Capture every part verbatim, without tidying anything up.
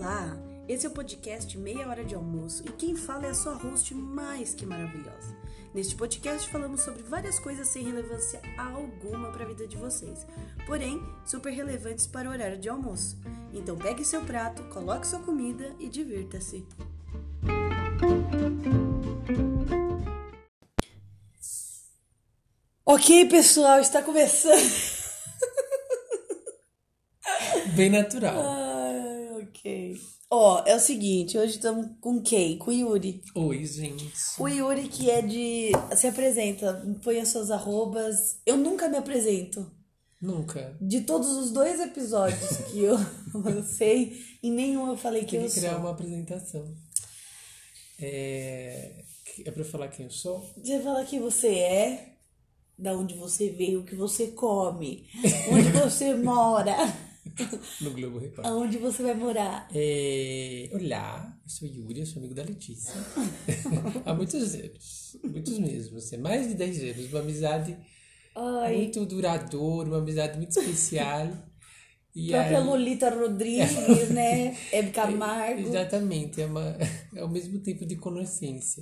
Olá, esse é o podcast Meia Hora de Almoço e quem fala é a sua host mais que maravilhosa. Neste podcast falamos sobre várias coisas sem relevância alguma para a vida de vocês, porém super relevantes para o horário de almoço. Então pegue seu prato, coloque sua comida e divirta-se. Ok, pessoal, está começando. Bem natural. Ai, ok. Ó, é o seguinte, hoje estamos com quem? Com o Yuri. Oi, gente. O Yuri que é de... Se apresenta, põe as suas arrobas. Eu nunca me apresento. Nunca. De todos os dois episódios que eu lancei, em nenhum eu falei que Tem eu que criar sou. uma apresentação. É... é pra falar quem eu sou? Você fala que você é, da onde você veio, o que você come, onde você mora, No Globo Repórter. aonde você vai morar. É... Olá, eu sou Yuri, eu sou amigo da Letícia. Há muitos anos. Muitos mesmo. Assim, mais de dez anos. Uma amizade Ai, muito duradoura, uma amizade muito especial. E própria aí... Lolita Rodrigues, né? Hebe Camargo. Exatamente, é, uma, é o mesmo tipo de conhecência.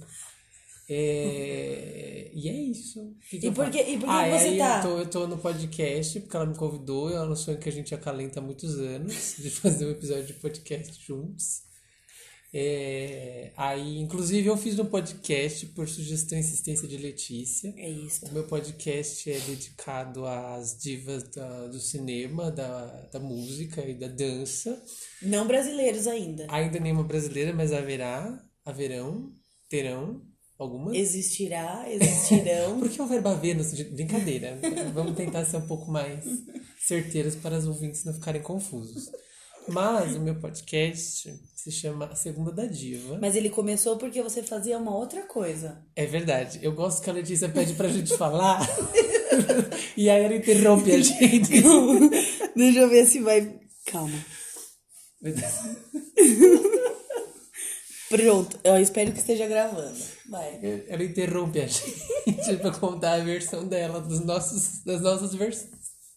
É, e é isso. O que que E eu por falo? que- e por que Ah, e você aí tá? Eu tô, eu tô no podcast porque ela me convidou. É um sonho que a gente acalenta há muitos anos de fazer um episódio de podcast juntos. É, aí, inclusive, eu fiz um podcast por sugestão e insistência de Letícia. É isso. O meu podcast é dedicado às divas da- do cinema, da, da música e da dança. Não brasileiros ainda. Ainda nenhuma brasileira, mas haverá, haverão, terão algumas. Existirá, existirão. Por que o verbo haver no sentido... Brincadeira. Vamos tentar ser um pouco mais certeiros para os ouvintes não ficarem confusos. Mas o meu podcast se chama A Segunda da Diva. Mas ele começou porque você fazia uma outra coisa. É verdade. Eu gosto que a Letícia pede pra gente falar e aí ela interrompe a gente. Deixa eu ver se vai... Calma. Pronto, eu espero que esteja gravando. Vai. Ela interrompe a gente pra contar a versão dela, dos nossos, das nossas versões.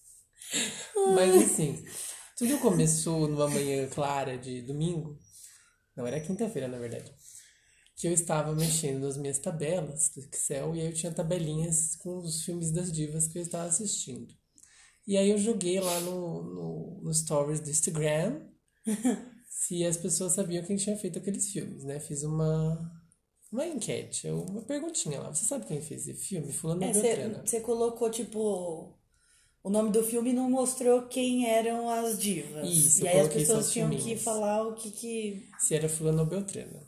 Mas assim, tudo começou numa manhã clara de domingo. Não, era quinta-feira, na verdade. Que eu estava mexendo nas minhas tabelas do Excel e aí eu tinha tabelinhas com os filmes das divas que eu estava assistindo. E aí eu joguei lá no, no, no Stories do Instagram se as pessoas sabiam quem tinha feito aqueles filmes, né? Fiz uma, uma enquete, uma perguntinha lá. Você sabe quem fez esse filme? Fulano É, Beltrano. você colocou, tipo, o nome do filme e não mostrou quem eram as divas. Isso, e eu aí as coloquei só pessoas os tinham que filminhos. falar o que que... Se era Fulano ou Beltrano.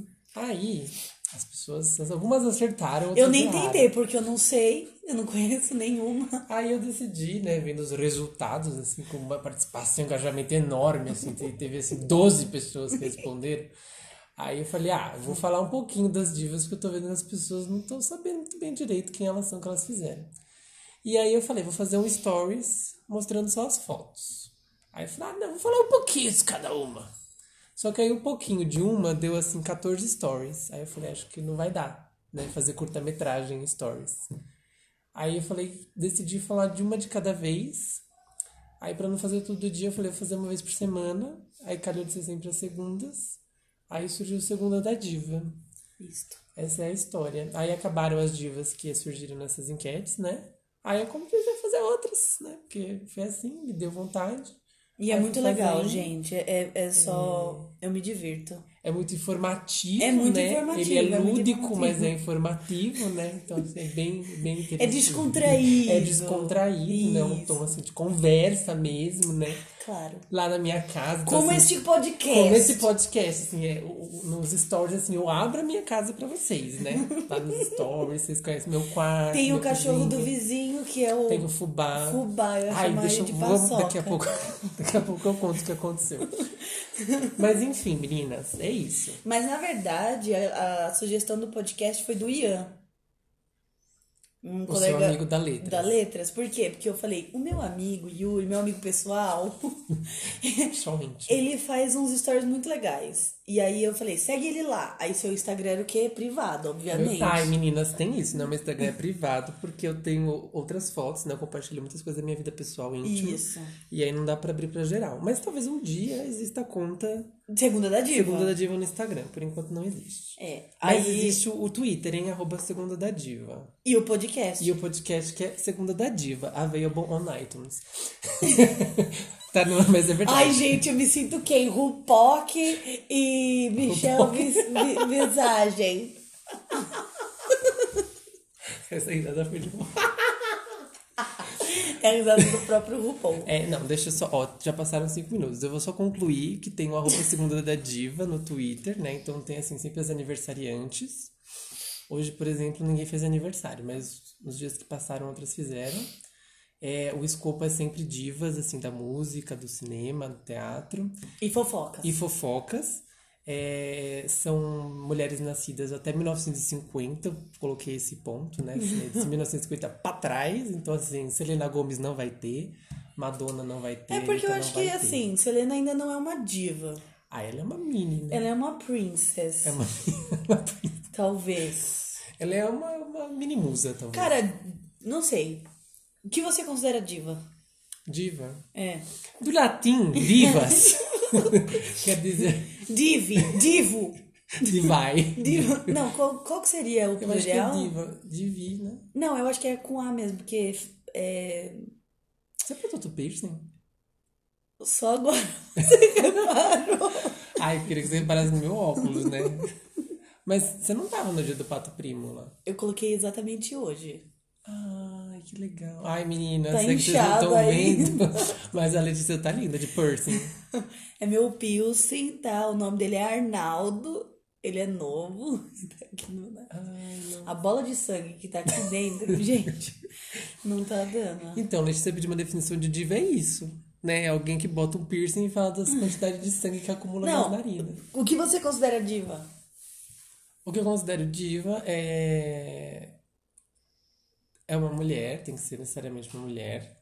Aí, as pessoas, algumas acertaram, outras Eu nem erraram. tentei, porque eu não sei, eu não conheço nenhuma. Aí eu decidi, né, vendo os resultados, assim, com uma participação, um engajamento enorme, assim, te- teve, assim, doze pessoas que responderam. Aí eu falei, ah, eu vou falar um pouquinho das divas que eu tô vendo que as pessoas não estão sabendo muito bem direito quem elas são que elas fizeram. E aí eu falei, vou fazer um stories mostrando só as fotos. Aí eu falei, ah, não, vou falar um pouquinho de cada uma. Só que aí um pouquinho de uma deu, assim, catorze stories. Aí eu falei, acho que não vai dar, né, fazer curta-metragem em stories. Aí eu falei, decidi falar de uma de cada vez. Aí pra não fazer todo dia, eu falei, vou fazer uma vez por semana. Aí calhou de ser sempre as segundas. Aí surgiu a Segunda da Diva. Isto. Essa é a história. Aí acabaram as divas que surgiram nessas enquetes, né? Aí eu comecei a fazer outras, né? Porque foi assim, me deu vontade. E é Aí muito fui legal, fazendo. gente. É, é só... Eu me divirto. É muito informativo, É muito né? informativo, Ele é é muito lúdico, informativo. mas é informativo, né? Então, assim, é bem, bem interessante. É descontraído. É descontraído, né? Um Isso. tom, assim, de conversa mesmo, né? Claro. Lá na minha casa. Então, Como assim, este podcast. Como esse podcast, assim, é, o- o- nos stories, assim, eu abro a minha casa pra vocês, né? Lá nos stories, vocês conhecem meu quarto, Tem o minha cachorro do cozinha. vizinho, que é o... Tem o fubá. Fubá, eu ia Ai, chamar deixa ele eu... de vamos- paçoca. daqui a pouco, daqui a pouco eu conto o que aconteceu. Mas enfim, meninas, é isso. Mas, na verdade, a, a sugestão do podcast foi do Ian. Um O seu amigo da Letras. Da Letras. Por quê? Porque eu falei, o meu amigo Yuri, meu amigo pessoal, Só íntimo. Ele faz uns stories muito legais. E aí eu falei, segue ele lá. Aí seu Instagram era o quê? Privado, obviamente. Ai, meninas, tem isso, né? Meu Instagram é privado, porque eu tenho outras fotos, né? Eu compartilho muitas coisas da minha vida pessoal íntima. Isso. E aí não dá pra abrir pra geral. Mas talvez um dia exista a conta Segunda da Diva. Segunda da Diva no Instagram. Por enquanto não existe. É. Mas Aí... existe o, o Twitter, em arroba Segunda da Diva. E o podcast. E o podcast que é Segunda da Diva, available on iTunes. Tá no, mas é verdade. Ai, gente, eu me sinto quem? Rupoc e Michel Vis, Vi- Visagem. Essa risada foi de bom. É a risada do próprio RuPaul. É, não, deixa eu só... Ó, já passaram cinco minutos. Eu vou só concluir que tem o arroba Segunda da Diva no Twitter, né? Então tem, assim, sempre as aniversariantes. Hoje, por exemplo, ninguém fez aniversário, mas nos dias que passaram, outras fizeram. É, o escopo é sempre divas, assim, da música, do cinema, do teatro. E fofocas. E fofocas. É, são mulheres nascidas até mil novecentos e cinquenta, eu coloquei esse ponto, né? De mil novecentos e cinquenta pra trás. Então, assim, Selena Gomez não vai ter, Madonna não vai ter. É porque eu Anitta acho não que, vai ter. assim, Selena ainda não é uma diva. Ah, ela é uma mini, né? Ela é uma princess. É uma, uma- Talvez. Ela é uma, uma mini musa, talvez. Cara, não sei. O que você considera diva? Diva. É. Do latim, divas. Quer dizer, Divi. Divo. divai. Divo. Não, qual, qual que seria o Eu acho que é plural? diva. Divi, né? Não, eu acho que é com A mesmo, porque é... Você botou teu piercing? só agora você reparou. Ai, eu queria que você reparasse no meu óculos, né? Mas você não tava no dia do Pato Primo lá? Eu coloquei exatamente hoje. Ai, que legal. Ai, meninas, Tá sei que vocês não inchado estão aí. vendo. Mas a Letícia tá linda, de piercing. É meu piercing, tá? O nome dele é Arnaldo. Ele é novo. Tá aqui no- Ai, não. A bola de sangue que tá aqui dentro, gente, não tá dando. Então, Letícia pediu uma definição de diva, é isso. Né? Alguém que bota um piercing e fala das quantidades de sangue que acumula Não. nas narinas. O que você considera diva? O que eu considero diva é... É uma mulher, tem que ser necessariamente uma mulher.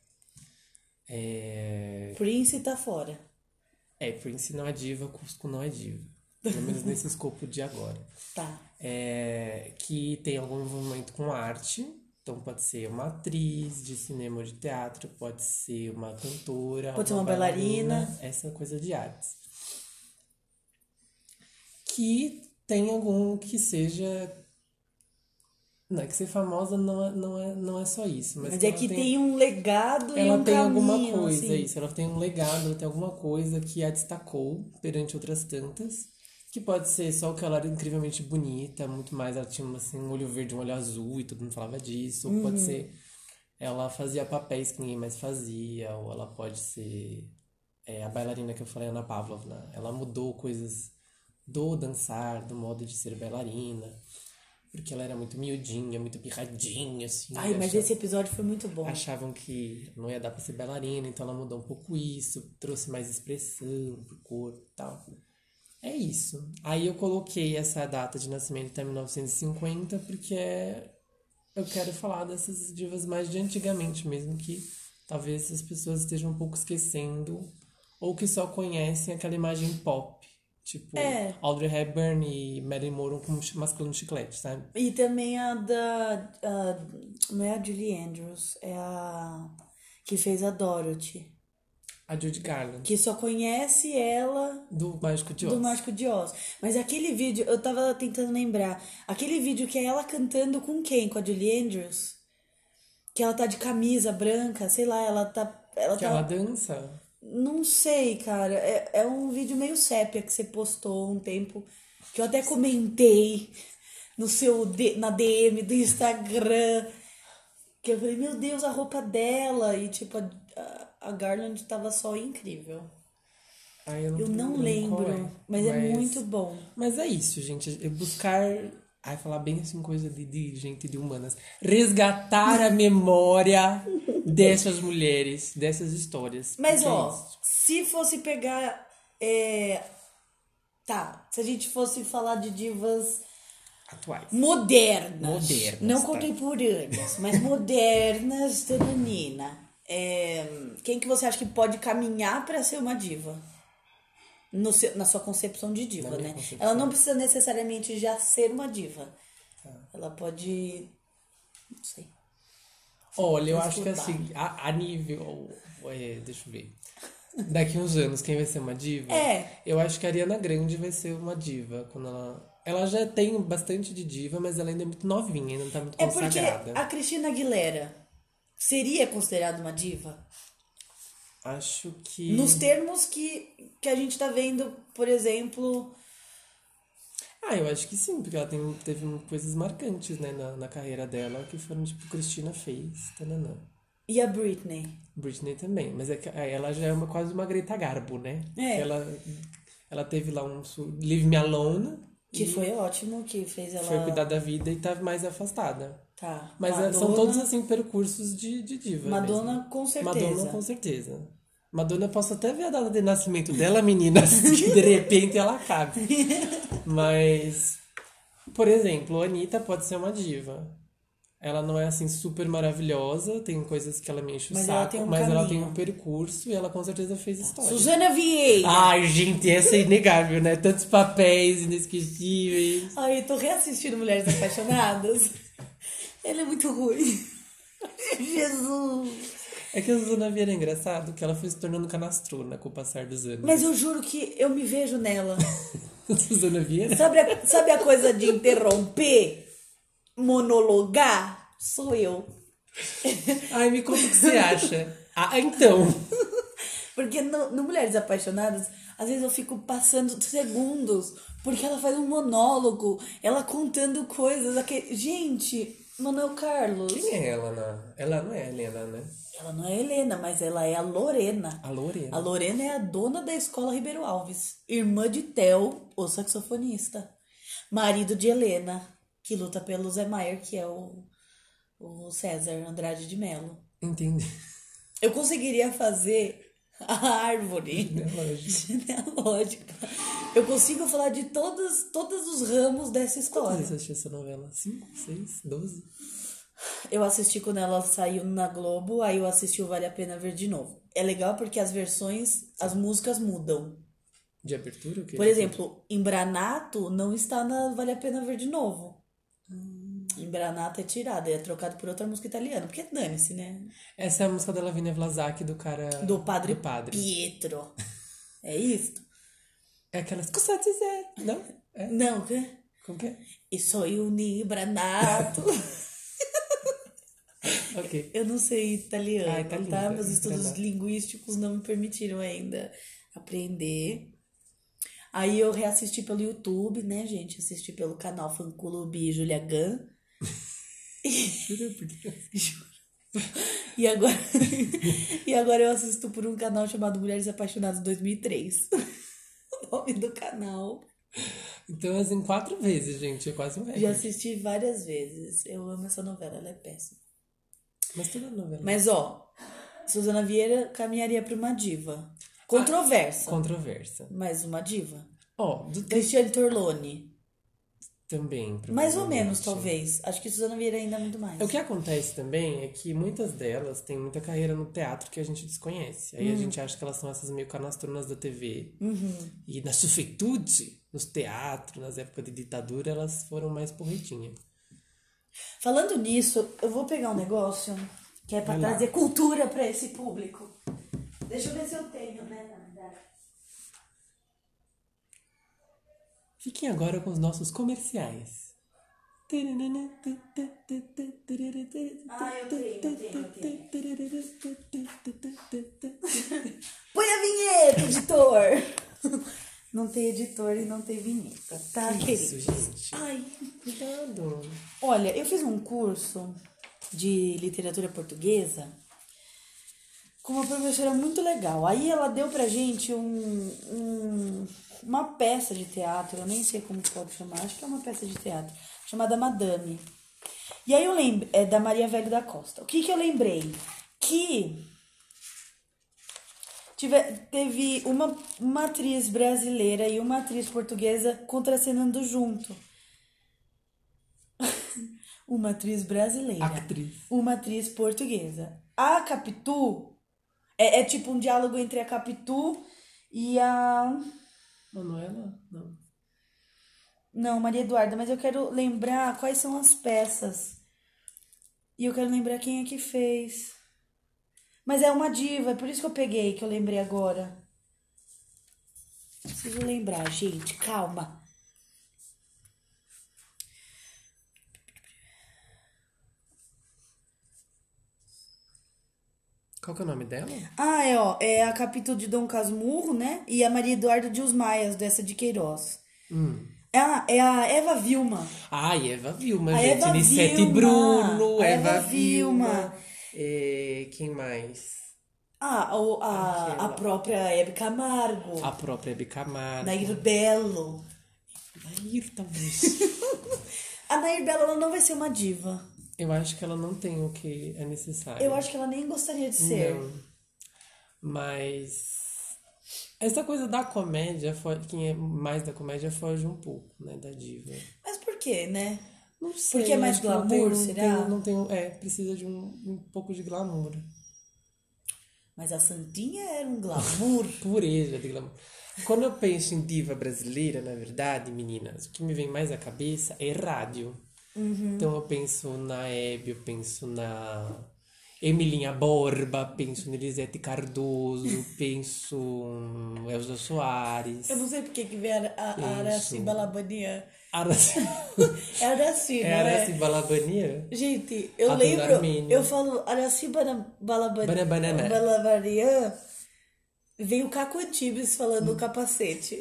É... Prince tá fora. É, Prince não é diva, Cusco não é diva. Pelo menos nesse escopo de agora. Tá. É, que tem algum envolvimento com arte. Então pode ser uma atriz de cinema ou de teatro, pode ser uma cantora, Pode ser uma bailarina. Essa coisa de artes. Que tem algum que seja... Não, é que ser famosa não é, não é, não é só isso. Mas, Mas que é ela que tem um legado e ela um tem caminho, alguma coisa, assim. isso. Ela tem um legado, ela tem alguma coisa que a destacou perante outras tantas. Que pode ser só que ela era incrivelmente bonita, muito mais. Ela tinha assim, um olho verde, um olho azul e todo mundo falava disso. Ou pode ser ela fazia papéis que ninguém mais fazia. Ou ela pode ser é, a bailarina que eu falei, Ana Pavlovna. Ela mudou coisas do dançar, do modo de ser bailarina. Porque ela era muito miudinha, muito pirradinha, assim. Ai, mas achava- esse episódio foi muito bom. Achavam que não ia dar pra ser bailarina, então ela mudou um pouco isso, trouxe mais expressão pro corpo e tal. É isso. Aí eu coloquei essa data de nascimento até mil novecentos e cinquenta, porque é... eu quero falar dessas divas mais de antigamente mesmo, que talvez as pessoas estejam um pouco esquecendo, ou que só conhecem aquela imagem pop. Tipo, É. Audrey Hepburn e Marilyn Monroe como chi- masculino chiclete, sabe? E também a da... a- não é a Julie Andrews, é a... que fez a Dorothy. A Judy Garland, Que só conhece ela do Mágico de Oz. do Mágico de Oz. Mas aquele vídeo, eu tava tentando lembrar. Aquele vídeo que é ela cantando com quem? Com a Julie Andrews? Que ela tá de camisa branca, sei lá, ela tá... Ela Que tá... ela dança. Não sei, cara. É, é um vídeo meio sépia que você postou um tempo. Que eu até comentei no seu, D- na D M do Instagram. Que eu falei, meu Deus, a roupa dela. E tipo, a, a- a Garland tava só incrível. Ai, eu não, Eu tô não lembrando qual lembro, é. mas é muito bom. Mas é isso, gente. É buscar. Ai, falar bem assim, coisa de, de gente de humanas. Resgatar a memória dessas mulheres, dessas histórias. Mas, Porque é ó, isso. se fosse pegar... é, Tá, se a gente fosse falar de divas Atuais. modernas. Modernas, Não tá. contemporâneas, mas modernas, tananina. É, quem que você acha que pode caminhar pra ser uma diva? No seu- na sua concepção de diva, Na minha né? concepção. Ela não precisa necessariamente já ser uma diva. Tá. Ela pode... Não sei. Olha, eu acho que Transformar. assim, a, a nível. É, deixa eu ver. Daqui uns anos, quem vai ser uma diva? É. Eu acho que a Ariana Grande vai ser uma diva. Quando ela. Ela já tem bastante de diva, mas ela ainda é muito novinha, ainda não tá muito É porque consagrada. a Cristina Aguilera seria considerada uma diva? Acho que. Nos termos que, que a gente tá vendo, por exemplo... Ah, eu acho que sim, porque ela tem, teve coisas marcantes, né, na, na carreira dela, que foram tipo, Cristina fez, tananã. E a Britney? Britney também, mas é que aí ela já é uma, quase uma Greta Garbo, né? É. Que ela, ela teve lá um su- Leave Me Alone, Que e foi ótimo, que fez ela... foi cuidar da vida e tá mais afastada. Tá. Mas é, são Madonna- todos, assim, percursos de, de diva Madonna, mesmo. com certeza. Madonna, com certeza. Madonna, eu posso até ver a data de nascimento dela, meninas, que de repente ela cabe. Mas, por exemplo, a Anitta pode ser uma diva. Ela não é, assim, super maravilhosa, tem coisas que ela me enche o Mas ela saco, tem um mas ela tem caminho. um percurso e ela com certeza fez história. Suzana Vieira! Ai, gente, essa é inegável, né? Tantos papéis inesquecíveis. Ai, eu tô reassistindo Mulheres Apaixonadas. Ele é muito ruim. Jesus! É que a Suzana Vieira é engraçado que ela foi se tornando canastrona com o passar dos anos. Mas eu juro que eu me vejo nela. Suzana Vieira? Sabe a, sabe a coisa de interromper? Monologar? Sou eu. Ai, me conta o que você acha. Ah, então. Porque no, no Mulheres Apaixonadas, às vezes eu fico passando segundos, porque ela faz um monólogo, ela contando coisas. Aquele... Gente, Manuel Carlos. Quem é ela? Na... Ela não é a Helena, né? Ela não é a Helena, mas ela é a Lorena. A Lorena. A Lorena é a dona da escola Ribeiro Alves, irmã de Theo, o saxofonista, marido de Helena, que luta pelo Zé Maier, que é o, o César Andrade de Mello. Entendi. Eu conseguiria fazer a árvore Genealógica. genealógica. Eu consigo falar de todos, todos os ramos dessa Quantas história. vezes você assistiu essa novela? Cinco, seis, doze? Eu assisti quando ela saiu na Globo, aí eu assisti o Vale a Pena Ver de novo. É legal porque as versões, as músicas mudam. De abertura? O quê? Por exemplo, Embranato não está na Vale a Pena Ver de novo. Embranato é tirado, é trocado por outra música italiana. Porque dane-se, né? Essa é a música da Lavínia Vlasak, do cara... Do Padre, Do padre. Pietro. É isso? É aquelas... Cosa dizer? Não? É? Não, o quê? Como que é? E sou um Embranato. Ok. Eu não sei italiano, Ah, italiano, tá? Meus estudos Embranato. linguísticos não me permitiram ainda aprender. Aí eu reassisti pelo YouTube, né, gente? Assisti pelo canal Fã Clube Julia Gunn. Juro por Deus. Juro. E agora, e agora eu assisto por um canal chamado Mulheres Apaixonadas dois mil e três. O nome do canal. Então, assim, quatro vezes, gente. É quase um Já recorde. assisti várias vezes. Eu amo essa novela, ela é péssima. Mas toda novela. Mas, ó, Suzana Vieira caminharia pra uma diva. Controversa, Controversa. mas uma diva. Ó, do Cristiane Torlone. também. Mais ou provavelmente. menos, talvez. Acho que Suzana Vieira ainda muito mais. O que acontece também é que muitas delas têm muita carreira no teatro que a gente desconhece. Aí a gente acha que elas são essas meio canastronas da T V. E na sufitude, nos teatros, nas épocas de ditadura, elas foram mais porretinhas. Falando nisso, eu vou pegar um negócio que é pra Vai lá. trazer cultura pra esse público. Deixa eu ver se eu tenho, né, na verdade. Fiquem agora com os nossos comerciais. Ah, eu tenho, eu tenho, Põe a vinheta, editor! Não tem editor e não tem vinheta, tá, Que querido? isso, gente? Ai, Cuidado. olha, eu fiz um curso de literatura portuguesa com uma professora muito legal. Aí ela deu pra gente um, um- uma peça de teatro, eu nem sei como pode chamar, acho que é uma peça de teatro, chamada Madame. E aí eu lembro, é da Maria Velho da Costa. O que que eu lembrei? Que tive, teve uma, uma atriz brasileira e uma atriz portuguesa contracenando junto. Uma atriz brasileira. Actriz. Uma atriz portuguesa. a Capitu é, é tipo um diálogo entre a Capitu e a... Manuela? Não. Não, Maria Eduarda, mas eu quero lembrar quais são as peças. E eu quero lembrar quem é que fez. Mas é uma diva, é por isso que eu peguei, que eu lembrei agora. Preciso lembrar, gente, calma. Qual que é o nome dela? Ah, é, ó, é a Capitu de Dom Casmurro, né? E a Maria Eduarda de Os Maias, dessa de Queiroz. Hum. É a, é a Eva Vilma. Ai, Eva Vilma, A gente. Eva Nissete Vilma. Bruno, A Eva, Eva Vilma. Vilma. É, quem mais? Ah, o, a, Aquela. a própria Hebe Camargo. A própria Hebe Camargo. Nair Belo. Nair, talvez. A Nair Belo, ela não vai ser uma diva. Eu acho que ela não tem o que é necessário. Eu acho que ela nem gostaria de ser. Não. Mas essa coisa da comédia, fo- quem é mais da comédia foge um pouco, né, da diva. Mas por quê, né? Não sei. Porque é mais acho que não glamour, tem- não será? tem- Não tem, é, precisa de um, um pouco de glamour. Mas a Santinha era um glamour. Pureza de glamour. Quando eu penso em diva brasileira, na verdade, meninas, o que me vem mais à cabeça é rádio. Então eu penso na Hebe, eu penso na Emilinha Borba, penso na Elisete Cardoso, penso em Elza Soares. Eu não sei porque que vem a, a, a Araci Isso. Balabanian. Araci... É Araci, não É é? Araci Balabania? Gente, eu A dona lembro, Armênia. eu falo Araci Bana- Balabani- Banabanana. Balabanian, veio o Caco Antibes falando o capacete.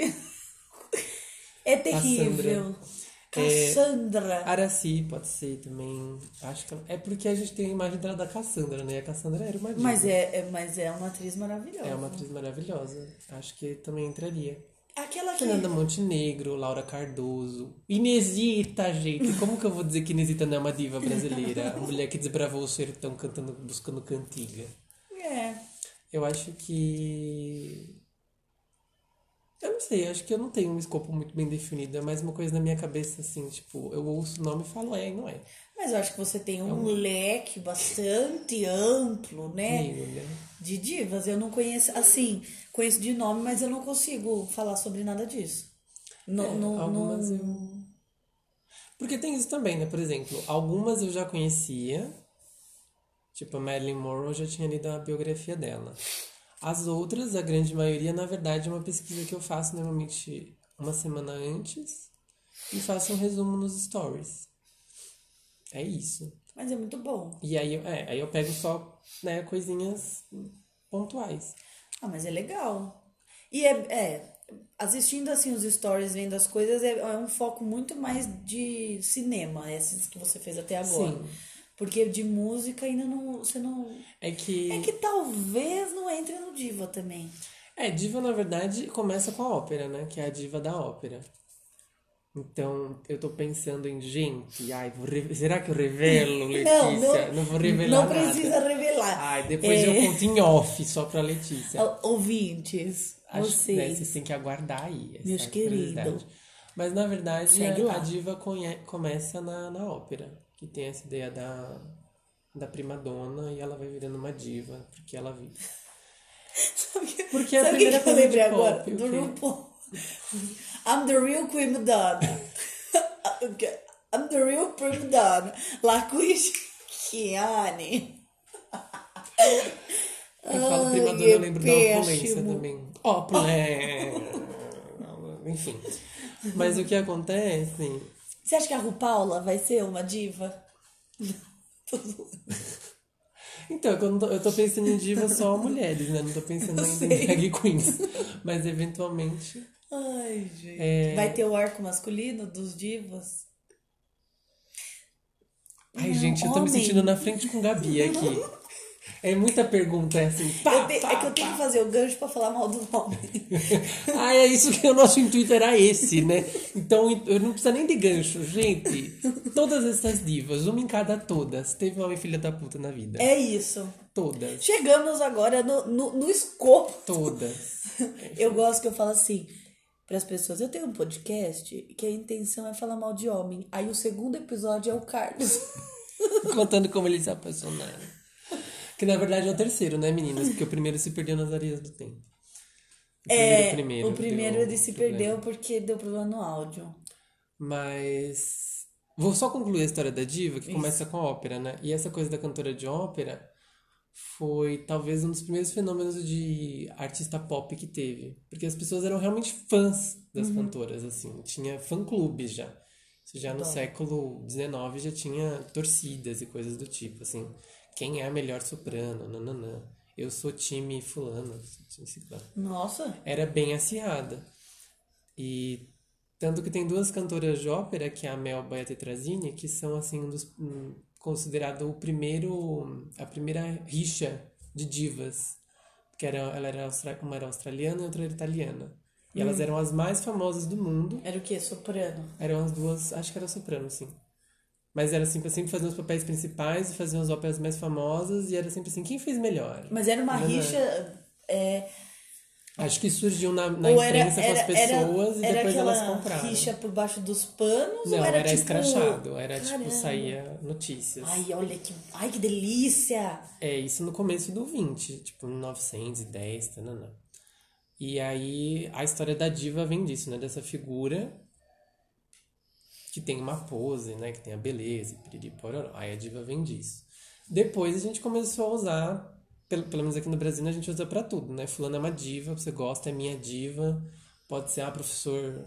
É terrível. Cassandra. Araci pode ser também. Acho que ela- é porque a gente tem a imagem dela da Cassandra, né? A Cassandra era uma diva. Mas é, é- mas é uma atriz maravilhosa. É uma atriz maravilhosa. Acho que também entraria. Aquela que... Fernanda Montenegro, Laura Cardoso, Inesita, gente. Como que eu vou dizer que Inesita não é uma diva brasileira? A mulher que desbravou o sertão cantando, buscando cantiga. É. Eu acho que... Eu não sei, acho que eu não tenho um escopo muito bem definido. É mais uma coisa na minha cabeça, assim, tipo, eu ouço o nome e falo, é e não é. Mas eu acho que você tem um leque bastante amplo, né? Tenho, né? De divas. Eu não conheço, assim, conheço de nome, mas eu não consigo falar sobre nada disso. Não, É, não, algumas não... eu... Porque tem isso também, né? Por exemplo, algumas eu já conhecia. Tipo, a Marilyn Monroe, eu já tinha lido a biografia dela. As outras, a grande maioria, na verdade, é uma pesquisa que eu faço normalmente uma semana antes e faço um resumo nos stories. É isso. Mas é muito bom. E aí, eu- é, aí eu pego só, né, coisinhas pontuais. Ah, mas é legal. E é, é assistindo assim os stories, vendo as coisas, é, é um foco muito mais de cinema, esses que você fez até agora. Sim. Porque de música ainda não, você não... É que... É que talvez não entre no diva também. É, diva, na verdade, começa com a ópera, né? Que é a diva da ópera. Então, eu tô pensando em gente. Ai, vou re- será que eu revelo, Letícia? Não, não, Não vou revelar não precisa nada. revelar. Ai, depois É. eu conto em off só pra Letícia. Ouvintes, Acho, vocês. né, vocês têm que aguardar aí. Essa Meus queridos. curiosidade. Mas, na verdade, Segue a, lá. a diva conhe- começa na, na ópera. Que tem essa ideia da, da prima donna e ela vai virando uma diva. Porque ela vive. Sabe, Porque a sabe o primeira que, que eu coisa de lembrei pop, agora? o Do quê? RuPaul. I'm the real prima donna. I'm the real prima donna. La Chiane. Eu falo Ai, prima donna, é eu lembro da opulência péssimo. também. Opulência! Enfim. Mas o que acontece... Você acha que a RuPaula vai ser uma diva? Então, eu, não tô, eu tô pensando em divas só mulheres, né? Não tô pensando ainda em drag queens. Mas, eventualmente... Ai, gente. É. Vai ter o arco masculino dos divas? Ai, Não, gente, eu tô me homem. sentindo na frente com Gabi aqui. É muita pergunta, é assim... Pá, Eu te- pá, é que eu tenho pá. que fazer o gancho pra falar mal do homem. Ah, é isso que o nosso intuito era esse, né? Então, eu não precisa nem de gancho, gente. Todas essas divas, uma em cada todas, teve uma filha da puta na vida. É isso. Todas. Chegamos agora no, no, no escopo. Todas. Eu gosto que eu falo assim para as pessoas. Eu tenho um podcast que a intenção é falar mal de homem. Aí o segundo episódio é o Carlos. Contando como eles se apaixonaram. Que na verdade é o terceiro, né, meninas? Porque o primeiro se perdeu nas areias do tempo. O É, primeiro, o primeiro deu ele se problema. perdeu porque deu problema no áudio. Mas vou só concluir a história da diva, que Isso. começa com a ópera, né? E essa coisa da cantora de ópera foi talvez um dos primeiros fenômenos de artista pop que teve. Porque as pessoas eram realmente fãs das Uhum. cantoras, assim. Tinha fã-clubes já. Isso já no Adoro. século dezenove já tinha torcidas e coisas do tipo, assim. Quem é a melhor soprano? Nananã. Eu sou time fulano, sou time ciclano. Nossa, Era bem acirrada. E tanto que tem duas cantoras de ópera, que é a Melba e a Tetrazine, que são assim um dos um, considerado o primeiro a primeira rixa de divas, porque era ela era austra- uma era australiana e outra era italiana. E elas eram as mais famosas do mundo. era o quê? Soprano. Eram as duas, acho que era soprano, sim. Mas era sempre sempre faziam os papéis principais e faziam as óperas mais famosas e era sempre assim, quem fez melhor? Mas era uma Nananã. rixa. É, Acho que surgiu na, na ou era, imprensa com era, as pessoas era, e era depois elas aquela compraram. rixa por baixo dos panos? Não, ou era, era, tipo... escrachado. Era tipo, Caramba. saía notícias. Ai, olha que. Ai, que delícia! É, isso no começo do vinte, tipo, mil novecentos e dez, tananã. E aí a história da diva vem disso, né? Dessa figura que tem uma pose, né? Que tem a beleza, e piriri, pororó. Aí a diva vem disso. Depois a gente começou a usar, pelo, pelo menos aqui no Brasil, a gente usa pra tudo, né? Fulana é uma diva, você gosta, é minha diva. Pode ser, ah, professor,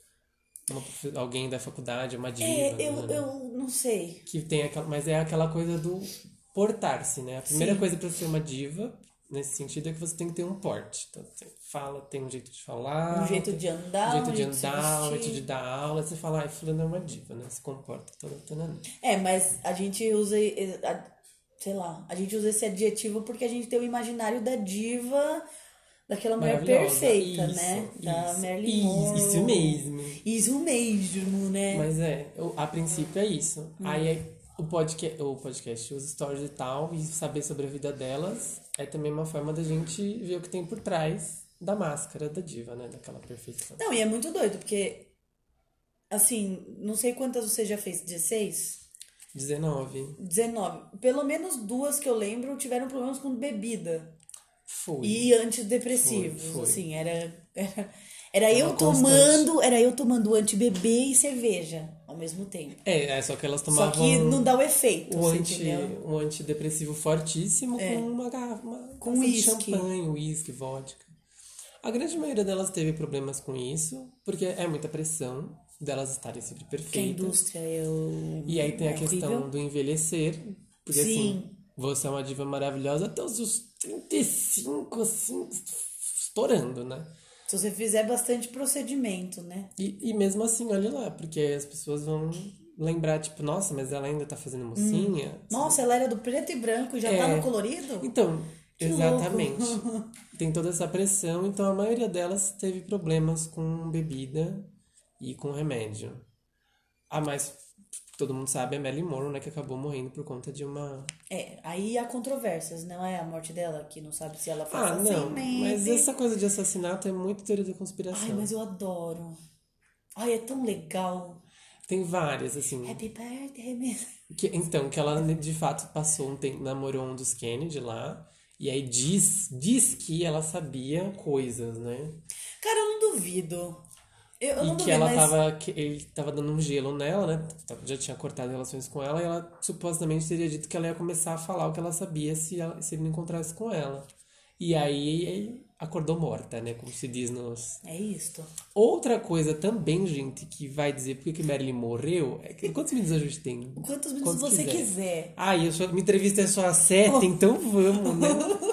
uma profe- alguém da faculdade, é uma diva. É, eu, né? eu não sei. Que tem aquela, mas é aquela coisa do portar-se, né? A primeira Sim. coisa para ser uma diva, nesse sentido, é que você tem que ter um porte. Então, você fala, tem um jeito de falar, Um jeito tem de andar, um jeito um de jeito de se andar, um vestir. jeito de dar aula. Você fala, ai, fulano é uma diva, né? Se comporta toda tanana. É, mas a gente usa. eh, a- Sei lá, a gente usa esse adjetivo porque a gente tem o imaginário da diva, daquela mulher Maravilhosa. perfeita, Isso, né? Da isso, Marilyn isso, Monroe. isso mesmo. Isso mesmo, né? Mas é, eu- a princípio é isso. Hum. Aí é o podcast, o podcast, os stories e tal, e saber sobre a vida delas é também uma forma da gente ver o que tem por trás da máscara da diva, né? Daquela perfeição. Não, e é muito doido, porque, assim, não sei quantas você já fez, dezesseis? dezenove. dezenove. Pelo menos duas que eu lembro tiveram problemas com bebida Foi. e antidepressivos, Foi, foi. assim, era... Era, era É eu uma constante. tomando, era eu tomando antibebê e cerveja ao mesmo tempo. É, é, só que elas Só tomavam que não dá o efeito, um, você anti, entendeu? um antidepressivo fortíssimo É. com uma garrafa, uma Com taça de uísque. champanhe, uísque, vodka. A grande maioria delas teve problemas com isso, porque é muita pressão delas estarem sempre Que a perfeitas. indústria eu... E aí tem a é questão horrível. do envelhecer, porque Sim. assim, você é uma diva maravilhosa até os seus trinta e cinco, assim, estourando, né? Se você fizer bastante procedimento, né? E, e mesmo assim, olha lá, porque as pessoas vão lembrar, tipo, nossa, mas ela ainda tá fazendo mocinha. Nossa, ela era do preto e branco e já tá É. no colorido? Então, Que exatamente. louco. Tem toda essa pressão, então a maioria delas teve problemas com bebida e com remédio. A mais, todo mundo sabe, é Marilyn Monroe, né, que acabou morrendo por conta de uma... É, aí há controvérsias, não é a morte dela, que não sabe se ela foi Ah, não, assassinada. mas essa coisa de assassinato é muito teoria da conspiração. Ai, mas eu adoro. Ai, é tão legal. Tem várias, assim, Happy birthday, miss. que, então, que ela de fato passou um tempo, namorou um dos Kennedy lá, e aí diz, diz que ela sabia coisas, né? Cara, eu não duvido. Eu, eu E não que duvido, ela mas... tava, que ele tava dando um gelo nela, né? Já tinha cortado relações com ela, e ela supostamente teria dito que ela ia começar a falar o que ela sabia se, ela, se ele não encontrasse com ela. E aí acordou morta, né? Como se diz nos... É isto. Outra coisa também, gente, que vai dizer por que Marilyn morreu, é que, quantos minutos a gente tem? Quantos minutos você quiser. Ah, e eu só, minha entrevista é só às sete, então vamos, né?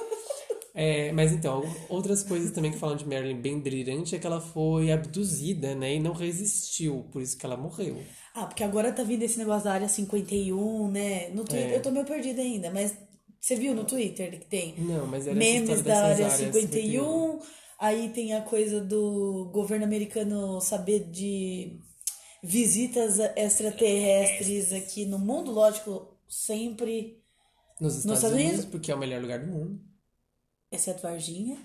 É, mas então, outras coisas também que falam de Marilyn bem delirante é que ela foi abduzida, né? E não resistiu, por isso que ela morreu. Ah, porque agora tá vindo esse negócio da área cinquenta e um, né? No Twitter, É. eu tô meio perdida ainda, mas você viu no Twitter que tem? Não, mas era Memes essa da história área dessas áreas cinquenta e um, aí tem a coisa do governo americano saber de visitas extraterrestres aqui no mundo, lógico, sempre, Nos Estados, Estados Unidos, Unidos? porque é o melhor lugar do mundo. exceto Varginha,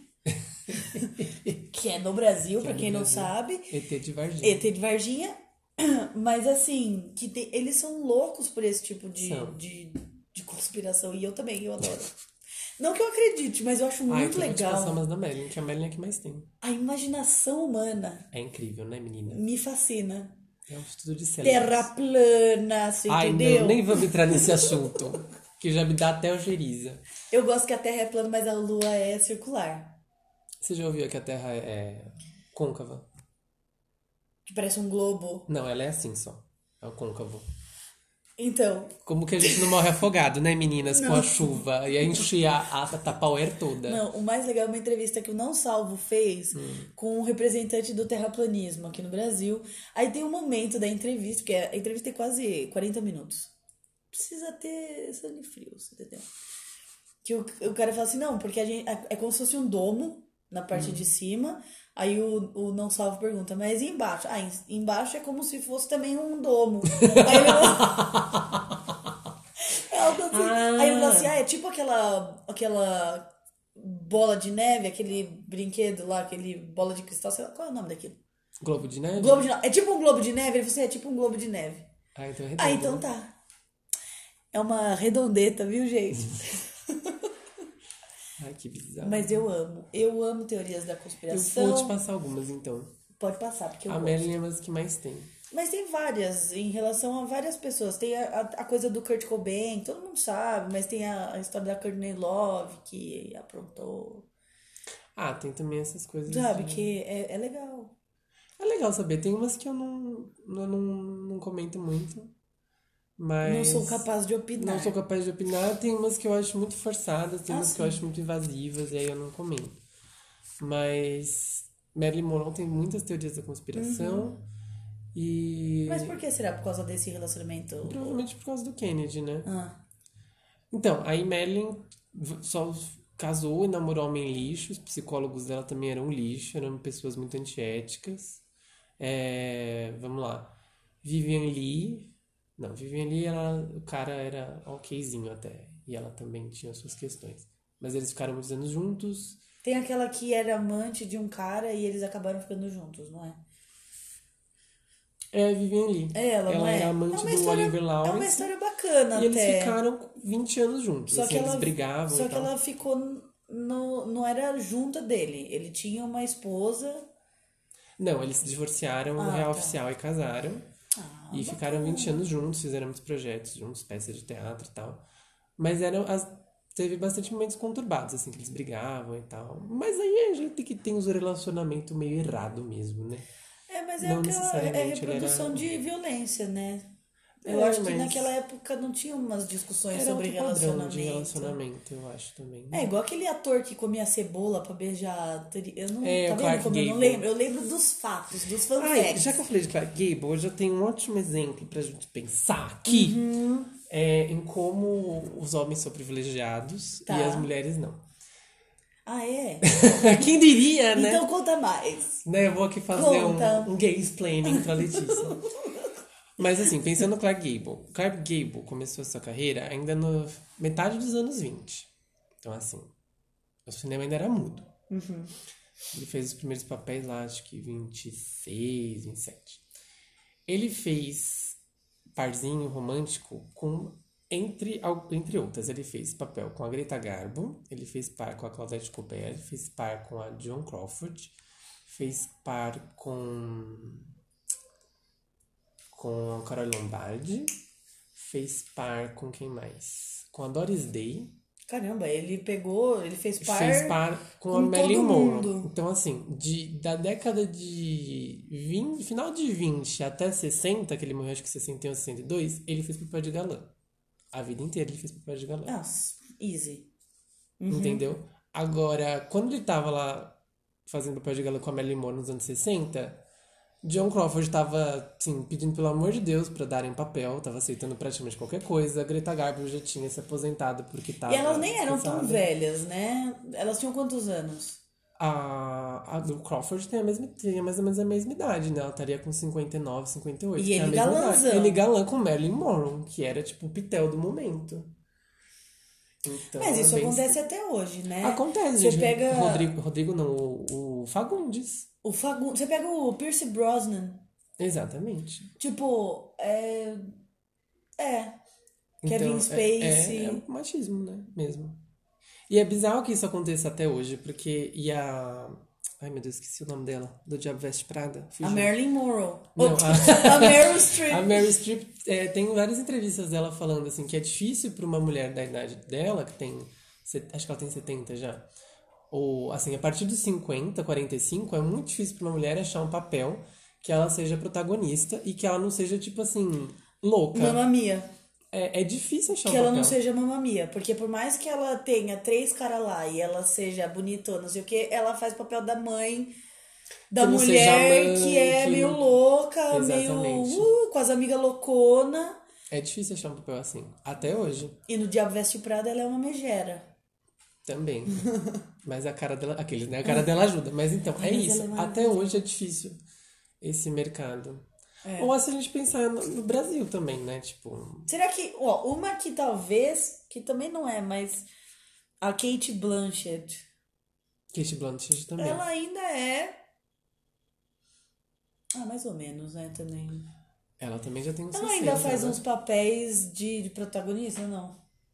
que é no Brasil, Que pra é no quem não Brasil. sabe, E T de Varginha. E T de Varginha, mas assim, que tem- eles são loucos por esse tipo de, São. de, de conspiração, e eu também, eu adoro. Não que eu acredite, mas eu acho Ah, muito então eu vou te passar legal. umas da Marilyn, que a Marilyn é a que mais tem. A imaginação humana É incrível, né, menina? me fascina. É um estudo de células. Terra plana, você Ai, entendeu? não, nem vamos entrar nesse assunto. Que já me dá até ojeriza. Eu gosto que a Terra é plana, mas a Lua é circular. Você já ouviu que a Terra é côncava? Que parece um globo. Não, ela é assim só. É o côncavo. Então, Como que a gente não morre afogado, né, meninas? Com a chuva. E a encher a, a Tupperware toda. não, o mais legal é uma entrevista que o Não Salvo fez com um representante do terraplanismo aqui no Brasil. Aí tem um momento da entrevista, porque a entrevista tem quase quarenta minutos. Precisa ter sangue frio, você entendeu? Que o, o cara fala assim, não, porque a gente, é, é como se fosse um domo na parte de cima. Aí o, o Não Salvo pergunta, mas e embaixo? Ah, em- embaixo é como se fosse também um domo. Aí ele É algo assim. Aí ele fala assim, ah, é tipo aquela, aquela bola de neve, aquele brinquedo lá, aquele bola de cristal, sei lá, qual é o nome daquilo? Globo de neve? Globo de neve. É tipo um globo de neve? Ele falou assim, é tipo um globo de neve. Ah, então é redondo. Ah, então tá. É uma redondeta, viu, gente? Ai, que bizarro. Mas eu amo. Eu amo teorias da Eu conspiração. vou te passar algumas, então. Pode passar, porque eu A gosto. Marilyn é uma das que mais tem. Mas tem várias, em relação a várias pessoas. Tem a, a, a coisa do Kurt Cobain, todo mundo sabe, mas tem a, a história da Courtney Love, que aprontou. Ah, tem também essas coisas. Sabe, de- que é, é legal. É legal saber. Tem umas que eu não, eu não, não comento muito. Mas. Não sou capaz de opinar. Não sou capaz de opinar. Tem umas que eu acho muito forçadas, tem Ah, umas que eu sim. acho muito invasivas, e aí eu não comento. Mas Marilyn Monroe tem muitas teorias da conspiração. E. Uhum. Mas por que será? Por causa desse relacionamento? Provavelmente por causa do Kennedy, né? Ah, Então, aí Marilyn v- só casou e namorou homem lixo. Os psicólogos dela também eram lixo, eram pessoas muito antiéticas. É, vamos lá. Vivian Lee. Não, Vivian Lee, ela, o cara era okzinho até. E ela também tinha suas questões. Mas eles ficaram muitos anos juntos. tem aquela que era amante de um cara e eles acabaram ficando juntos, não é? É, Vivian Lee. É ela, não é? era amante é uma do história, Oliver Lawrence. É uma história bacana E eles até. ficaram vinte anos juntos. Só assim, que ela, eles brigavam só e que tal. ela ficou no, não era junta dele. Ele tinha uma esposa. Não, eles se divorciaram no Ah, real tá. oficial e casaram. Ah, E ficaram vinte anos juntos, fizeram muitos projetos juntos, peças de teatro e tal. Mas eram as, teve bastante momentos conturbados, assim, que eles brigavam e tal. Mas aí a gente que tem os relacionamentos meio errado mesmo, né? É, mas é Não aquela é necessariamente ele reprodução era- de violência, né? Eu É, acho que mas naquela época não tinha umas discussões Era sobre outro padrão relacionamento. de relacionamento, eu acho também. É igual aquele ator que comia cebola pra beijar. Eu não, É, tá o vendo Clark como eu não Gable. lembro? Eu lembro dos fatos, dos fun Ai, facts. já que eu falei de Clark Gable, eu já tenho um ótimo exemplo pra gente pensar aqui Uhum. é, em como os homens são privilegiados Tá. e as mulheres não. Ah, é? Quem diria, né? Então conta mais. Né, eu vou aqui fazer Conta. um, um gay explaining pra Letícia. Mas assim, pensando no Clark Gable. Clark Gable começou a sua carreira ainda no metade dos anos vinte. Então assim, o cinema ainda era mudo. Uhum. Ele fez os primeiros papéis lá, acho que vinte e seis, vinte e sete. Ele fez parzinho romântico com, entre, al- entre outras, ele fez papel com a Greta Garbo, ele fez par com a Claudette Colbert, fez par com a Joan Crawford, fez par com, com a Carol Lombardi, fez par com quem mais? Com a Doris Day, Caramba, ele pegou, ele fez par. fez par com, a com Marilyn todo Monroe. mundo. Então, assim, de, da década de vinte, final de vinte até sessenta, que ele morreu acho que em sessenta e um, sessenta e dois, ele fez papel de galã. A vida inteira ele fez papel de galã. Nossa, easy. Entendeu? Agora, quando ele tava lá fazendo papel de galã com a Marilyn Monroe nos anos sessenta, Joan Crawford tava, assim, pedindo pelo amor de Deus pra darem papel, tava aceitando praticamente qualquer coisa. A Greta Garbo já tinha se aposentado porque tava E elas nem eram tão cansada. velhas, né? Elas tinham quantos anos? A, a do Crawford tem, a mesma, tem mais ou menos a mesma idade, né? Ela estaria com cinquenta e nove, cinquenta e oito. E que é a ele mesma idade. galãzão. Ele galã com Marilyn Monroe, que era tipo o pitel do momento. Então, Mas isso é bem- acontece até hoje, né? Acontece, Você gente. pega Rodrigo, Rodrigo não, o, o Fagundes. o Fagundes, você pega o Pierce Brosnan. Exatamente. Tipo, é. É. Então, Kevin é- Spacey. É, é machismo, né? Mesmo. E é bizarro que isso aconteça até hoje, porque e a... Ai, meu Deus, esqueci o nome dela. Do Diabo Veste Prada. A Fugiu. Marilyn Monroe. Não, a... a Meryl Streep. A Meryl Streep é, tem várias entrevistas dela falando assim que é difícil para uma mulher da idade dela, que tem... Acho que ela tem setenta já. Ou, assim, a partir dos cinquenta, quarenta e cinco, é muito difícil para uma mulher achar um papel que ela seja protagonista e que ela não seja, tipo assim, louca. Mamma Mia. É, é difícil achar Que um ela papel. não seja Mamma Mia. Porque por mais que ela tenha três caras lá e ela seja bonitona, não sei o que, ela faz o papel da mãe, da Que não seja mulher mãe, que é que meio não- louca, Exatamente. meio uh, com as amigas loucona. É difícil achar um papel assim. Até hoje. E no Diabo Veste Prada ela é uma megera. Também. Mas a cara dela... Aqueles, né? A cara dela ajuda. Mas então, Ai, é mas isso. ela é Até maravilhosa. hoje é difícil esse mercado. É. Ou se a gente pensar no, no Brasil também, né? Tipo... Será que, ó, uma que talvez, que também não é, mas a Kate Blanchett, Kate Blanchett também. ela ainda é. Ah, mais ou menos, né, também. Ela também já tem uns Ela sessenta, ainda faz né? uns papéis de, de protagonista, não?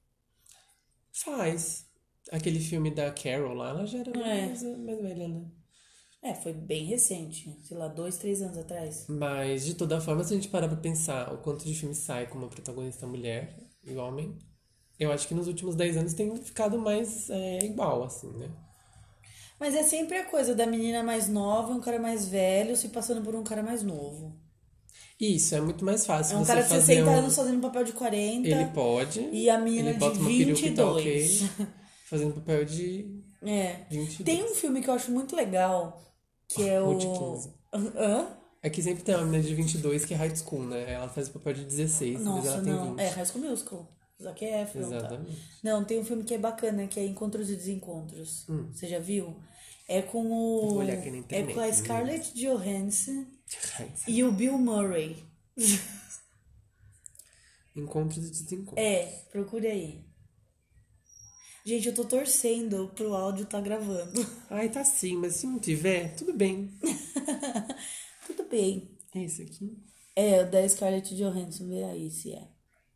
Faz. Aquele filme da Carol lá, ela já era É. mais, mais velha, né? É, foi bem recente, sei lá, dois, três anos atrás. Mas, de toda forma, se a gente parar pra pensar o quanto de filme sai com uma protagonista mulher e homem, eu acho que nos últimos dez anos tem ficado mais é, igual, assim, né? Mas é sempre a coisa da menina mais nova e um cara mais velho se passando por um cara mais novo. Isso, é muito mais fácil É um você cara de fazer sessenta um... anos fazendo um papel de quarenta. Ele pode. E a menina ele bota de uma peruca vinte e e tá dois. ok, fazendo papel de É. vinte e dois. Tem um filme que eu acho muito legal, que é o... Ou de quinze. Hã? É que sempre tem uma menina de vinte e dois que é high school, né? Ela faz o papel de dezesseis, mas Nossa, ela tem não. vinte. É, High School Musical. Zac Efron, tá? Exatamente. Não, tem um filme que é bacana, que é Encontros e Desencontros. Você já viu? É com o... Hum. Vou olhar aqui na É internet. com a Scarlett Johansson e o Bill Murray. Encontros e desencontros. É, procure aí. Gente, eu tô torcendo pro áudio tá gravando. Ai, tá sim, mas se não tiver, tudo bem. Tudo bem. É esse aqui. É, o da Scarlett Johansson, vê aí se é.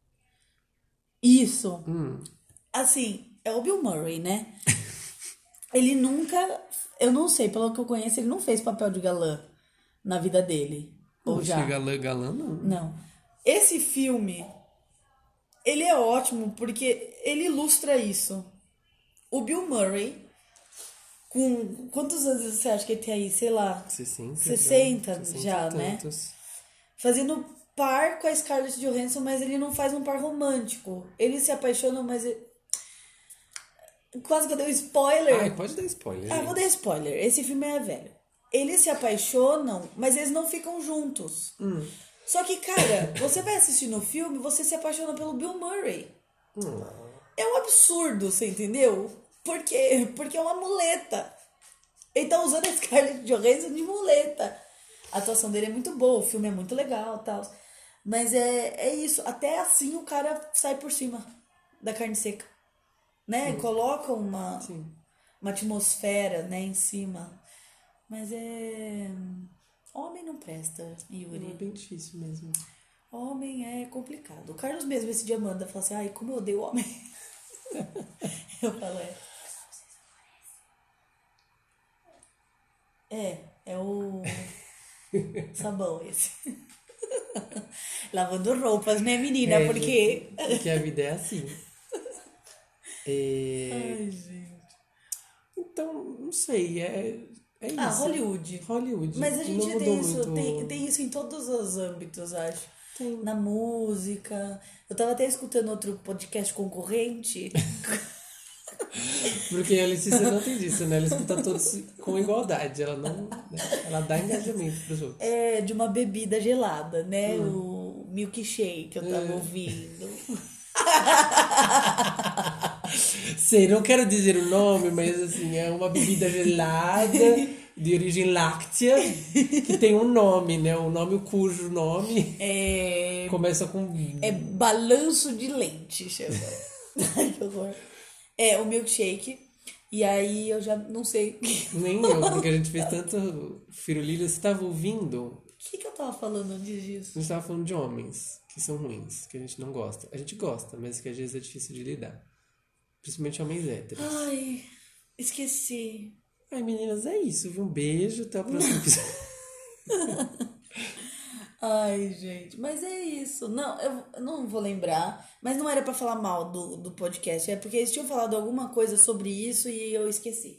Isso. Hum. Assim, é o Bill Murray, né? Ele nunca... Eu não sei, pelo que eu conheço, ele não fez papel de galã na vida dele. Ou Não já? chega galã, galã, não. Não. Esse filme, ele é ótimo porque ele ilustra isso. O Bill Murray, com... Quantos anos você acha que ele tem aí? Sei lá. sessenta. sessenta já, já, e né? tantos. Fazendo par com a Scarlett Johansson, mas ele não faz um par romântico. Eles se apaixonam, mas... ele- Quase que eu dei um spoiler. Ai, pode dar spoiler, Ah, gente. vou dar spoiler. Esse filme é velho. Eles se apaixonam, mas eles não ficam juntos. Hum. Só que, cara, você vai assistindo o filme, você se apaixona pelo Bill Murray. Hum. É um absurdo, você entendeu? Por quê? Porque é uma muleta. Ele tá usando a Scarlett Johansson de muleta. A atuação dele é muito boa, o filme é muito legal e tal. Mas é, é isso. Até assim o cara sai por cima da carne seca. Né? Coloca uma, Sim. uma atmosfera, né, em cima. Mas é... Homem não presta, Yuri. É bem difícil mesmo. Homem é complicado. O Carlos mesmo esse dia manda, fala assim, ai, como eu odeio homem. Eu falo, é. É, é o sabão esse. Lavando roupas, né, menina? É, Porque... gente, porque a vida é assim. É... Ai, gente. Então, não sei, é, é isso. Ah, Hollywood. Hollywood. Mas a Não gente mudou tem isso, muito. tem, tem isso em todos os âmbitos, acho. Tem. Na música. Eu tava até escutando outro podcast concorrente. Porque a Letícia não tem disso, né? Ela escuta todos com igualdade. Ela não. Né? Ela dá engajamento pros outros. É de uma bebida gelada, né? O milkshake que eu tava É. ouvindo. Sei, não quero dizer o nome, mas assim, é uma bebida gelada de origem láctea que tem um nome, né? Um nome cujo nome É, começa com. é balanço de leite, chama. Ai, que horror. É, o milkshake. E aí eu já não sei. O Nem eu, porque a gente fez tanto firulilha. Você tava ouvindo? que, que eu tava falando antes A disso? gente tava falando de homens que são ruins, que a gente não gosta. A gente gosta, mas que às vezes é difícil de lidar. Principalmente homens héteros. Ai, esqueci. Ai, meninas, é isso, viu? Um beijo, até o próximo episódio. Ai, gente, mas é isso. Não, eu eu não vou lembrar, mas não era pra falar mal do, do podcast, é porque eles tinham falado alguma coisa sobre isso e eu esqueci.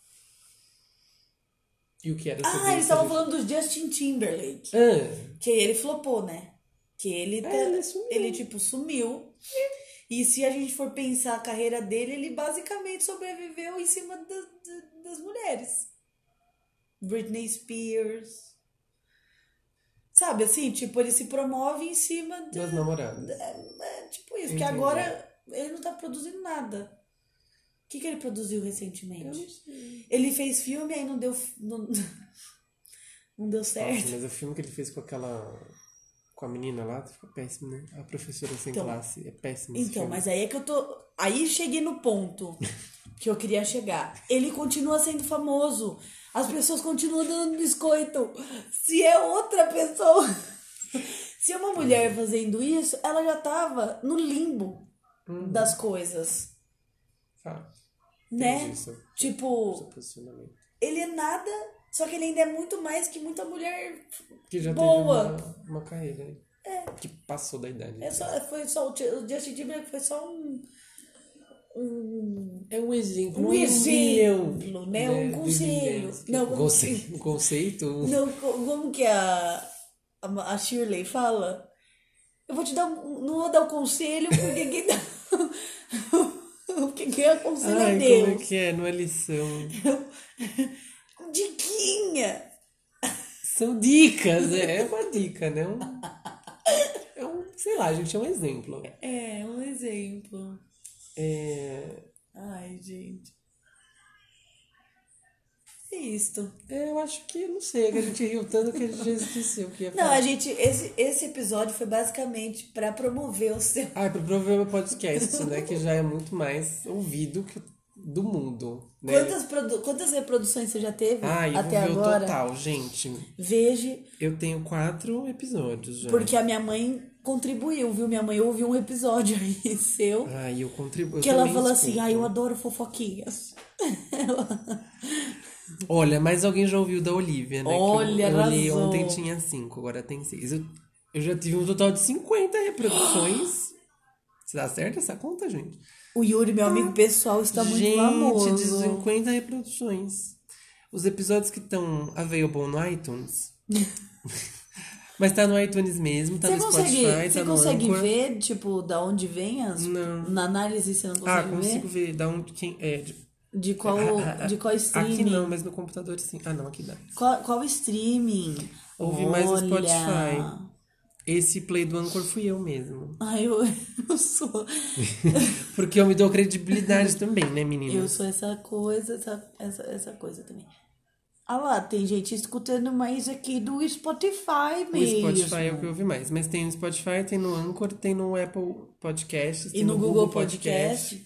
E o que era sobre Ah, eles isso? estavam a gente- falando do Justin Timberlake. Ah, Que ele flopou, né? Que ele, tá, ele sumiu. ele tipo, sumiu. E se a gente for pensar a carreira dele, ele basicamente sobreviveu em cima da- da- das mulheres. Britney Spears. Sabe assim? Tipo, ele se promove em cima de, das namoradas. é, tipo isso. Porque Entendi. agora ele não tá produzindo nada. O que, que ele produziu Eu recentemente? não sei. Ele fez filme aí não deu. Não, não deu certo. Nossa, mas o filme que ele fez com aquela... Com a menina lá, ficou péssimo, né? A professora sem Então- classe. É péssimo esse Então, filme. mas aí é que eu tô. Aí cheguei no ponto que eu queria chegar. Ele continua sendo famoso. As pessoas continuam dando biscoito. Se é outra pessoa. Se é uma mulher fazendo isso, ela já tava no limbo das coisas. Tá. Né? Entendi seu- Tipo, seu posicionamento. ele é nada, só que ele ainda é muito mais que muita mulher Que já boa. teve uma, uma carreira, né? Que passou da idade. É só, foi só, o Justin Timberlake foi só um. Um É um exemplo. Um um exemplo, milhão, né? Um de conselho. milhões. Não, como Conce- um conceito. um- Não, co- como que a, a, a Shirley fala? Eu vou te dar um. Não vou dar o conselho porque quem dá. Porque quem aconselha Ai, é como é Deus. que é? Não é lição. Diquinha! São dicas, é, é uma dica, né? Um, é um, sei lá, gente, é um exemplo. É, um exemplo. É, Ai, gente. É isto. é, eu acho que, não sei, é que a gente riu tanto que a gente já esqueceu o que ia Não, falar. a gente. Esse, esse episódio foi basicamente pra promover o seu. Ah, para promover o podcast, né? Que já é muito mais ouvido que do mundo, né? Quantas, produ... Quantas reproduções você já teve Ah, eu até vou ver agora? o total, gente. Veja. Eu tenho quatro episódios já. Porque a minha mãe contribuiu, viu? Minha mãe ouviu um episódio aí seu. Ah, eu contribuo. Que ela falou assim, ai, eu adoro fofoquinhas. Olha, mas alguém já ouviu da Olivia, né? Olha, que eu, eu olhei arrasou. ontem, tinha cinco, agora tem seis. Eu, eu já tive um total de cinquenta reproduções. Você dá certo essa conta, gente? O Yuri, meu amigo pessoal, está muito gente, famoso. de cinquenta reproduções. Os episódios que estão available no iTunes. Mas tá no iTunes mesmo, tá Você no consegue, Spotify, você tá no consegue Anchor. ver, tipo, da onde vem as... Não. Na análise você não Ah, consegue consigo ver? ver da onde quem é. De, De qual, Ah, ah, de qual streaming? Aqui não, mas no computador sim. Ah, não, aqui dá. Qual, qual streaming? Ouvi mais no Olha. Spotify. Esse play do Anchor fui eu mesmo. Ai, eu, eu sou... Porque eu me dou credibilidade também, né, menina? Eu sou essa coisa, essa, essa, essa coisa também. Ah lá, tem gente escutando mais aqui do Spotify O mesmo. Spotify é o que eu ouvi mais. Mas tem no Spotify, tem no Anchor, tem no Apple Podcasts, E tem no, no, Google Podcast.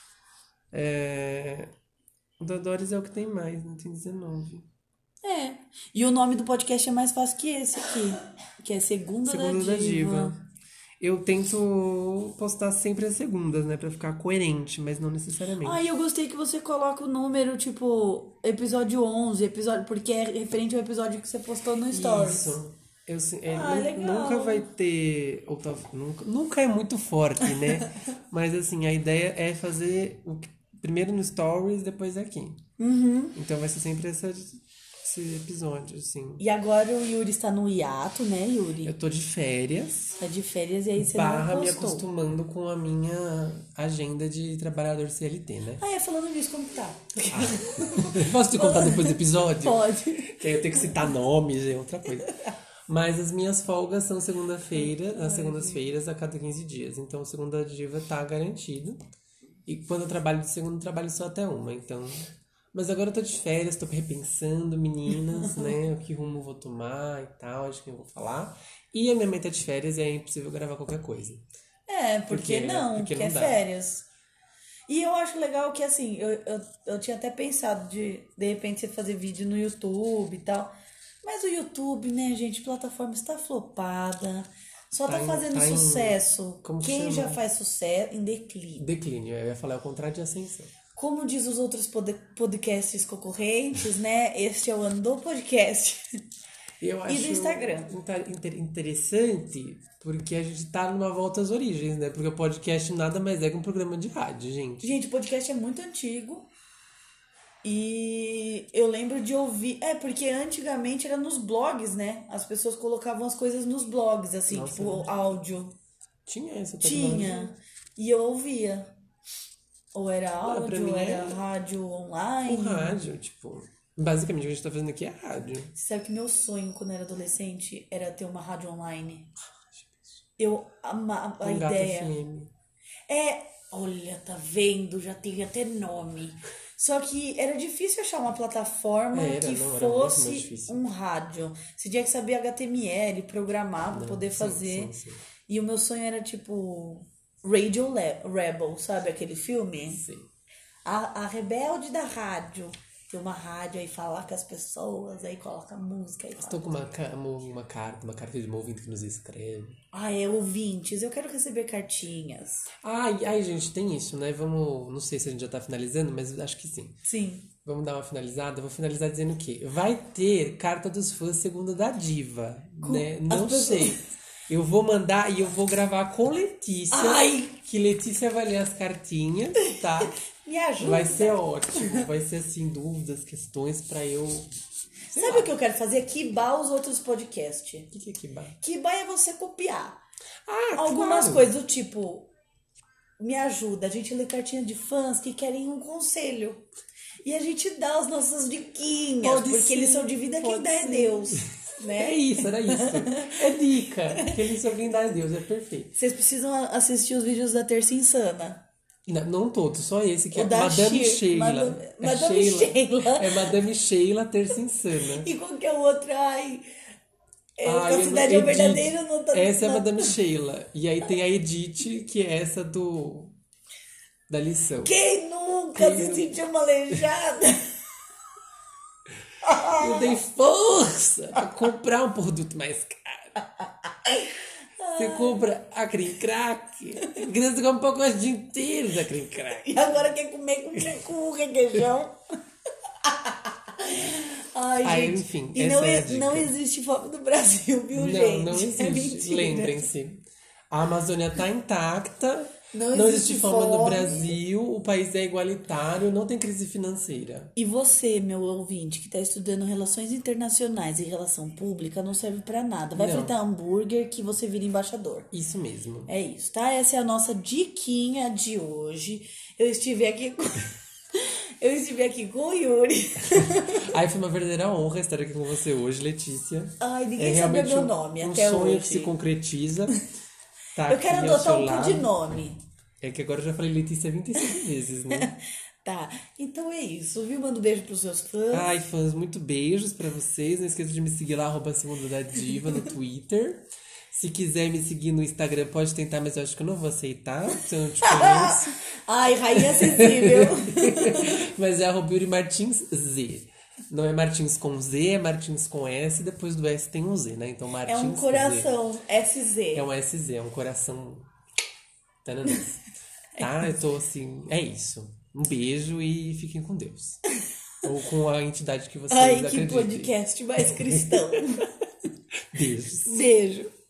É... O da Doris é o que tem mais, né? Tem dezenove. É. E o nome do podcast é mais fácil que esse aqui. Que é Segunda, Segunda da, Diva. Eu tento postar sempre as segundas, né? Pra ficar coerente, mas não necessariamente. Ah, e eu gostei que você coloca o número, tipo, episódio onze, episódio, porque é referente ao episódio que você postou no Stories. Isso. Eu, se- é, Ah, nu- legal. Nunca vai ter. Ou tal, nunca, nunca é muito forte, né? Mas assim, a ideia é fazer o que- primeiro no Stories, depois aqui. Uhum. Então vai ser sempre essa, esse episódio, assim. E agora o Yuri está no hiato, né, Yuri? Eu tô de férias. Tá de férias e aí você Barra não me postou. acostumando com a minha agenda de trabalhador C L T, né? Ah, é, falando nisso, como que tá? Posso te contar depois do episódio? Pode. Que aí eu tenho que citar nomes, é outra coisa. Mas as minhas folgas são segunda-feira, nas segundas-feiras, a cada quinze dias. Então, segunda diva tá garantido. E quando eu trabalho de segunda, eu trabalho só até uma. Então. Mas agora eu tô de férias, tô repensando, meninas, né? O que rumo eu vou tomar e tal, de quem eu vou falar. E a minha mãe tá de férias e é impossível gravar qualquer coisa. É, porque, Porque- não, porque porque, não é dá. férias. E eu acho legal que, assim, eu, eu, eu tinha até pensado de, de repente, você fazer vídeo no YouTube e tal. Mas o YouTube, né, gente, plataforma está flopada. Só tá, Tá em- fazendo tá em- sucesso. como que Quem chama? já faz sucesso em declínio. Declínio, eu ia falar o contrário de ascensão. Como diz os outros pod- podcasts concorrentes, né? Este é o ano do podcast. Eu E do acho Instagram. inter- inter- interessante porque a gente tá numa volta às origens, né? Porque o podcast nada mais é que um programa de rádio, gente. Gente, o podcast é muito antigo. E eu lembro de ouvir. É, porque antigamente era nos blogs, né? As pessoas colocavam as coisas nos blogs, assim, Nossa, tipo né? áudio. Tinha essa tecnologia. Tinha. E eu ouvia. Ou era pra áudio, mim ou era é- rádio online. O rádio, tipo... Basicamente, o que a gente tá fazendo aqui é rádio. Você sabe que meu sonho quando eu era adolescente era ter uma rádio online. Eu amava a Um gato ideia. F M. É, olha, tá vendo? Já tem até nome. Só que era difícil achar uma plataforma Era, que não, era muito mais fosse difícil. um rádio. Você tinha que saber H T M L, programar pra poder sim, fazer. sim, sim. E o meu sonho era tipo Radio Le- Rebel, sabe aquele filme? Sim. A, a rebelde da rádio. Ter uma rádio aí falar com as pessoas, aí coloca música aí fala. Estou com uma, ca- uma, uma carta, uma carta de uma ouvinte que nos escreve. Ah, é ouvintes, eu quero receber cartinhas. Ai, ai, gente, tem isso, né? Vamos... Não sei se a gente já tá finalizando, mas acho que sim. Sim. Vamos dar uma finalizada? Eu vou finalizar dizendo o quê? Vai ter carta dos fãs segunda da diva, né? Não pessoas- sei. Eu vou mandar e eu vou gravar com Letícia. Ai! Que Letícia vai ler as cartinhas, tá? Me ajuda. Vai ser ótimo. Vai ser, assim, dúvidas, questões pra eu... Sabe o que eu quero fazer? Quibar os outros podcasts. O que que é que vai? Quibar é você copiar. Ah, Algumas claro. coisas do tipo... Me ajuda. A gente lê cartinha de fãs que querem um conselho. E a gente dá as nossas diquinhas. Pode porque ser, eles são de vida, quem pode dá é ser. Deus. É Né? isso, era isso. É dica. Que eles são quem dá a Deus, é perfeito. Vocês precisam assistir os vídeos da Terça Insana. Não, não todos, só esse que O é da Madame She- Sheila. Madame- É Madame Sheila. É Madame Sheila, Terça Insana. E qualquer outra, ai... É, Ah, a eu cidade não- é verdadeira, não tá... Essa é a não- Madame Sheila. E aí tem a Edith, que é essa do... Da lição. Quem nunca Quem se nunca? sentiu uma aleijada? Eu dei força pra comprar um produto mais caro. Você compra a cream crack. A criança come um pacote de inteiro da cream crack. E agora quer comer com, com requeijão? Ai, Ai, gente. enfim, e essa não, é a e- dica. não existe fome no Brasil, viu, Não, gente? não É existe. mentira. Lembrem-se. A Amazônia tá intacta. Não Não existe existe fome no fome. Brasil. O país é igualitário. Não tem crise financeira. E você, meu ouvinte, que está estudando relações internacionais e relação pública, não serve pra nada. Vai Não. fritar hambúrguer que você vira embaixador. Isso mesmo. É isso, tá? Essa é a nossa diquinha de hoje. Eu estive aqui com... Eu estive aqui com o Yuri. Ai, foi uma verdadeira honra estar aqui com você hoje, Letícia. Ai, ninguém é sabia realmente meu um- nome um até sonho hoje. que se concretiza. Tá Eu quero aqui ao adotar seu um lado. codinome. É que agora eu já falei Letícia vinte e cinco vezes, né? Tá, então é isso, viu? Manda um beijo pros seus fãs. Ai, fãs, muito beijos pra vocês. Não esqueça de me seguir lá, arroba Segunda da Diva, no Twitter. Se quiser me seguir no Instagram, pode tentar, mas eu acho que eu não vou aceitar, porque eu não te conheço. Ai, rainha acessível. Mas é arroba Yuri Martins Z. Não é Martins com Z, é Martins com S. Depois do S tem um Z, né? Então Martins É um Z. coração, S Z. É um S Z, é um coração. Tananãs. Tá? Eu tô assim. É isso. Um beijo e fiquem com Deus. Ou com a entidade que vocês Ai, que acreditem. podcast mais cristão. Beijos. Beijo.